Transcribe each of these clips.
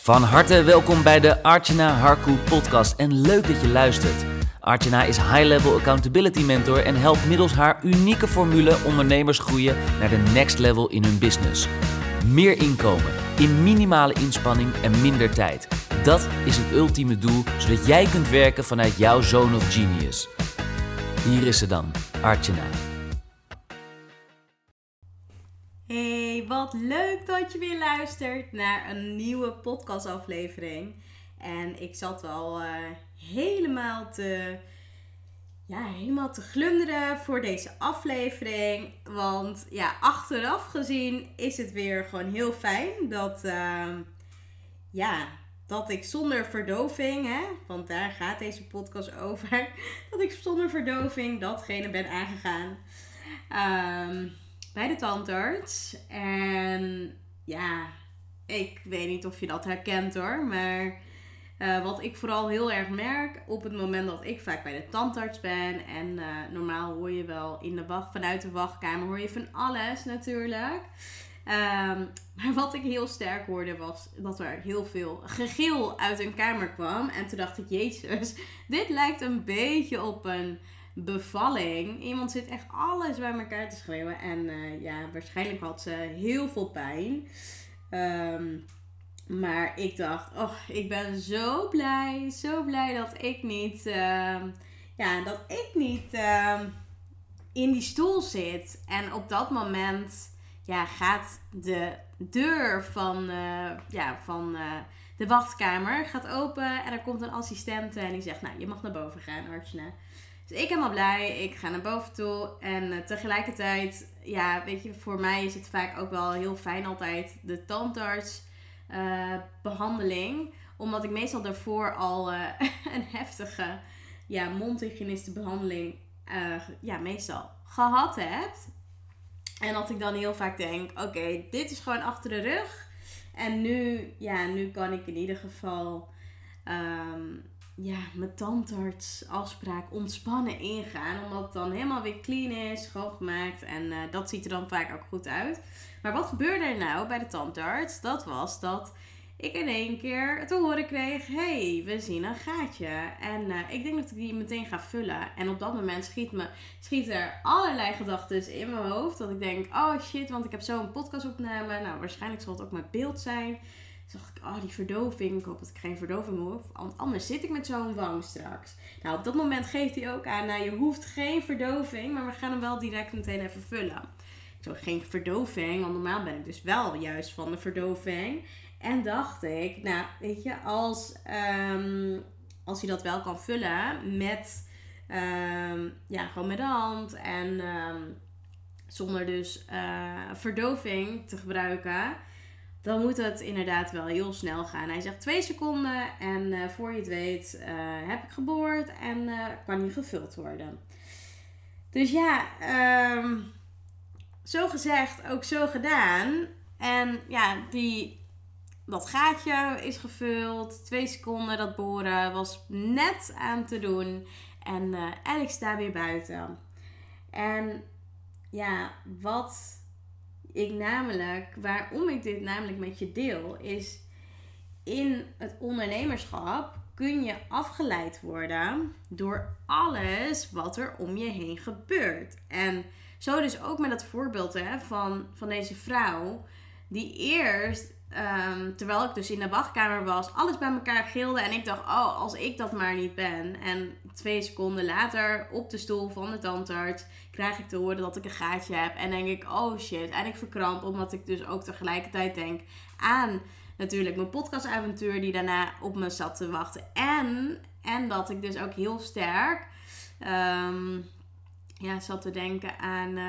Van harte welkom bij de Archana Harku podcast en leuk dat je luistert. Archana is High-Level Accountability Mentor en helpt middels haar unieke formule ondernemers groeien naar de next level in hun business. Meer inkomen, in minimale inspanning en minder tijd. Dat is het ultieme doel, zodat jij kunt werken vanuit jouw zone of genius. Hier is ze dan, Archana. Hey, wat leuk dat je weer luistert naar een nieuwe podcastaflevering. En ik zat al helemaal te glunderen voor deze aflevering. Want ja, achteraf gezien is het weer gewoon heel fijn dat ik zonder verdoving, want daar gaat deze podcast over, dat ik zonder verdoving datgene ben aangegaan bij de tandarts. En ja, ik weet niet of je dat herkent hoor, maar wat ik vooral heel erg merk op het moment dat ik vaak bij de tandarts ben, en normaal hoor je wel vanuit de wachtkamer hoor je van alles natuurlijk. Maar wat ik heel sterk hoorde was dat er heel veel gegil uit een kamer kwam. En toen dacht ik, jezus, dit lijkt een beetje op een bevalling. Iemand zit echt alles bij elkaar te schreeuwen. En waarschijnlijk had ze heel veel pijn. Maar ik dacht, ik ben zo blij dat ik niet in die stoel zit. En op dat moment gaat de deur van de wachtkamer gaat open. En er komt een assistente en die zegt, nou, je mag naar boven gaan, Archana. Dus ik helemaal blij, ik ga naar boven toe. En tegelijkertijd, weet je, voor mij is het vaak ook wel heel fijn altijd de tandarts behandeling. Omdat ik meestal daarvoor al een heftige mondhygiënistenbehandeling meestal gehad heb. En dat ik dan heel vaak denk, oké, dit is gewoon achter de rug. En nu kan ik in ieder geval mijn tandartsafspraak ontspannen ingaan. Omdat het dan helemaal weer clean is, schoongemaakt. En dat ziet er dan vaak ook goed uit. Maar wat gebeurde er nou bij de tandarts? Dat was dat ik in één keer te horen kreeg, hey, we zien een gaatje. En ik denk dat ik die meteen ga vullen. En op dat moment schiet er allerlei gedachten in mijn hoofd. Dat ik denk, oh shit, want ik heb zo'n podcastopname. Nou, waarschijnlijk zal het ook met beeld zijn. Toen dacht ik, die verdoving. Ik hoop dat ik geen verdoving hoef. Want anders zit ik met zo'n wang straks. Nou, op dat moment geeft hij ook aan, je hoeft geen verdoving. Maar we gaan hem wel direct meteen even vullen. Ik zo, geen verdoving. Want normaal ben ik dus wel juist van de verdoving. En dacht ik, nou, weet je, als je dat wel kan vullen met, gewoon met de hand en zonder dus verdoving te gebruiken, dan moet het inderdaad wel heel snel gaan. Hij zegt 2 seconden en voor je het weet heb ik geboord en kan hij gevuld worden. Dus zo gezegd, ook zo gedaan. En dat gaatje is gevuld. 2 seconden dat boren was net aan te doen. En ik sta weer buiten. En waarom ik dit namelijk met je deel, is in het ondernemerschap kun je afgeleid worden door alles wat er om je heen gebeurt. En zo dus ook met dat voorbeeld van deze vrouw die eerst, terwijl ik dus in de wachtkamer was, alles bij elkaar gilde. En ik dacht, als ik dat maar niet ben. En 2 seconden later op de stoel van de tandarts krijg ik te horen dat ik een gaatje heb. En denk ik, oh shit. En ik verkramp, omdat ik dus ook tegelijkertijd denk aan natuurlijk mijn podcastavontuur die daarna op me zat te wachten. En dat ik dus ook heel sterk zat te denken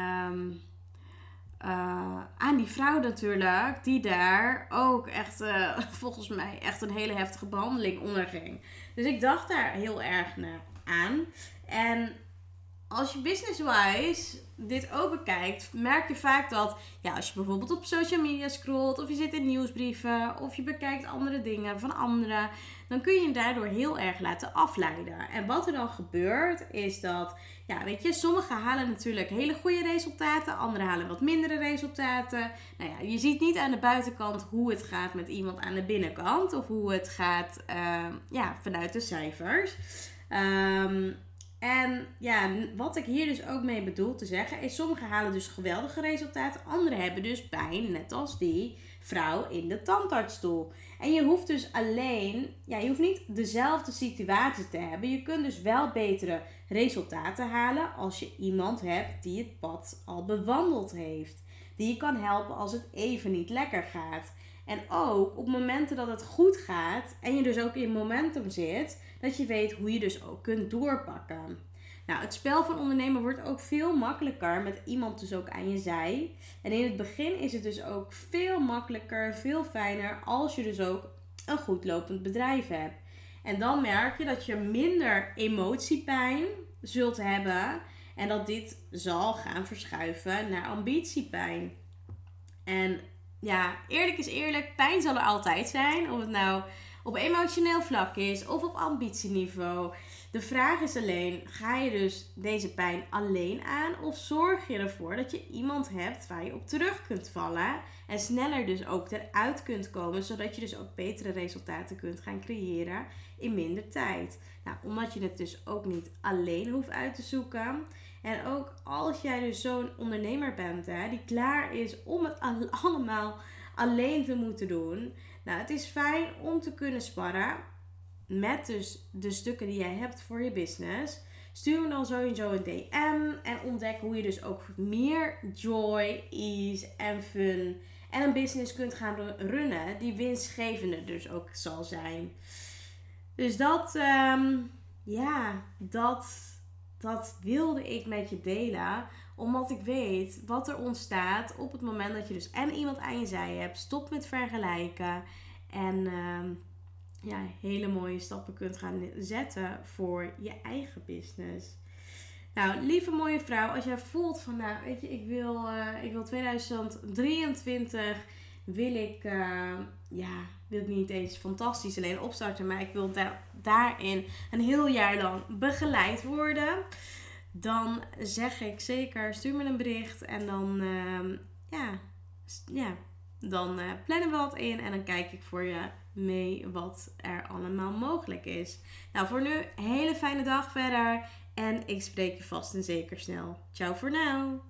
aan die vrouw natuurlijk, die daar ook echt, volgens mij, echt een hele heftige behandeling onderging. Dus ik dacht daar heel erg aan. En als je business-wise dit ook bekijkt, merk je vaak dat als je bijvoorbeeld op social media scrolt, of je zit in nieuwsbrieven, of je bekijkt andere dingen van anderen, dan kun je je daardoor heel erg laten afleiden. En wat er dan gebeurt, is dat, sommigen halen natuurlijk hele goede resultaten, anderen halen wat mindere resultaten. Je ziet niet aan de buitenkant hoe het gaat met iemand aan de binnenkant, of hoe het gaat vanuit de cijfers. En wat ik hier dus ook mee bedoel te zeggen is, sommigen halen dus geweldige resultaten, anderen hebben dus pijn, net als die vrouw in de tandartsstoel. En je hoeft dus je hoeft niet dezelfde situatie te hebben. Je kunt dus wel betere resultaten halen als je iemand hebt die het pad al bewandeld heeft. Die je kan helpen als het even niet lekker gaat. En ook op momenten dat het goed gaat en je dus ook in momentum zit, dat je weet hoe je dus ook kunt doorpakken. Het spel van ondernemen wordt ook veel makkelijker met iemand dus ook aan je zij. En in het begin is het dus ook veel makkelijker, veel fijner als je dus ook een goed lopend bedrijf hebt. En dan merk je dat je minder emotiepijn zult hebben en dat dit zal gaan verschuiven naar ambitiepijn. En eerlijk is eerlijk, pijn zal er altijd zijn. Of het nou op emotioneel vlak is of op ambitieniveau. De vraag is alleen, ga je dus deze pijn alleen aan? Of zorg je ervoor dat je iemand hebt waar je op terug kunt vallen? En sneller dus ook eruit kunt komen. Zodat je dus ook betere resultaten kunt gaan creëren in minder tijd. Omdat je het dus ook niet alleen hoeft uit te zoeken. En ook als jij dus zo'n ondernemer bent die klaar is om het allemaal alleen te moeten doen. Het is fijn om te kunnen sparren met dus de stukken die jij hebt voor je business. Stuur me dan sowieso een DM en ontdek hoe je dus ook meer joy, ease en fun en een business kunt gaan runnen die winstgevender dus ook zal zijn. Dus dat wilde ik met je delen. Omdat ik weet wat er ontstaat op het moment dat je dus en iemand aan je zij hebt. Stop met vergelijken. En hele mooie stappen kunt gaan zetten voor je eigen business. Lieve mooie vrouw, als jij voelt van ik wil 2023 wil ik niet eens fantastisch alleen opstarten, maar ik wil daarin een heel jaar lang begeleid worden. Dan zeg ik zeker, stuur me een bericht en dan dan plannen we wat in en dan kijk ik voor je mee wat er allemaal mogelijk is. Voor nu, een hele fijne dag verder en ik spreek je vast en zeker snel. Ciao voor nu.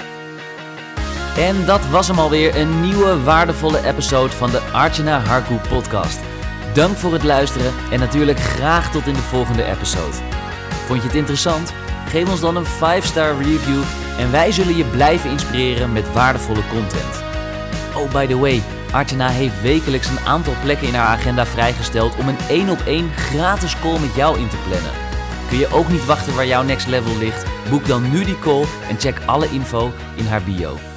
En dat was hem alweer, een nieuwe waardevolle episode van de Archana Harku podcast. Dank voor het luisteren en natuurlijk graag tot in de volgende episode. Vond je het interessant? Geef ons dan een 5-star review en wij zullen je blijven inspireren met waardevolle content. Oh, by the way, Archana heeft wekelijks een aantal plekken in haar agenda vrijgesteld om een 1-op-1 gratis call met jou in te plannen. Kun je ook niet wachten waar jouw next level ligt? Boek dan nu die call en check alle info in haar bio.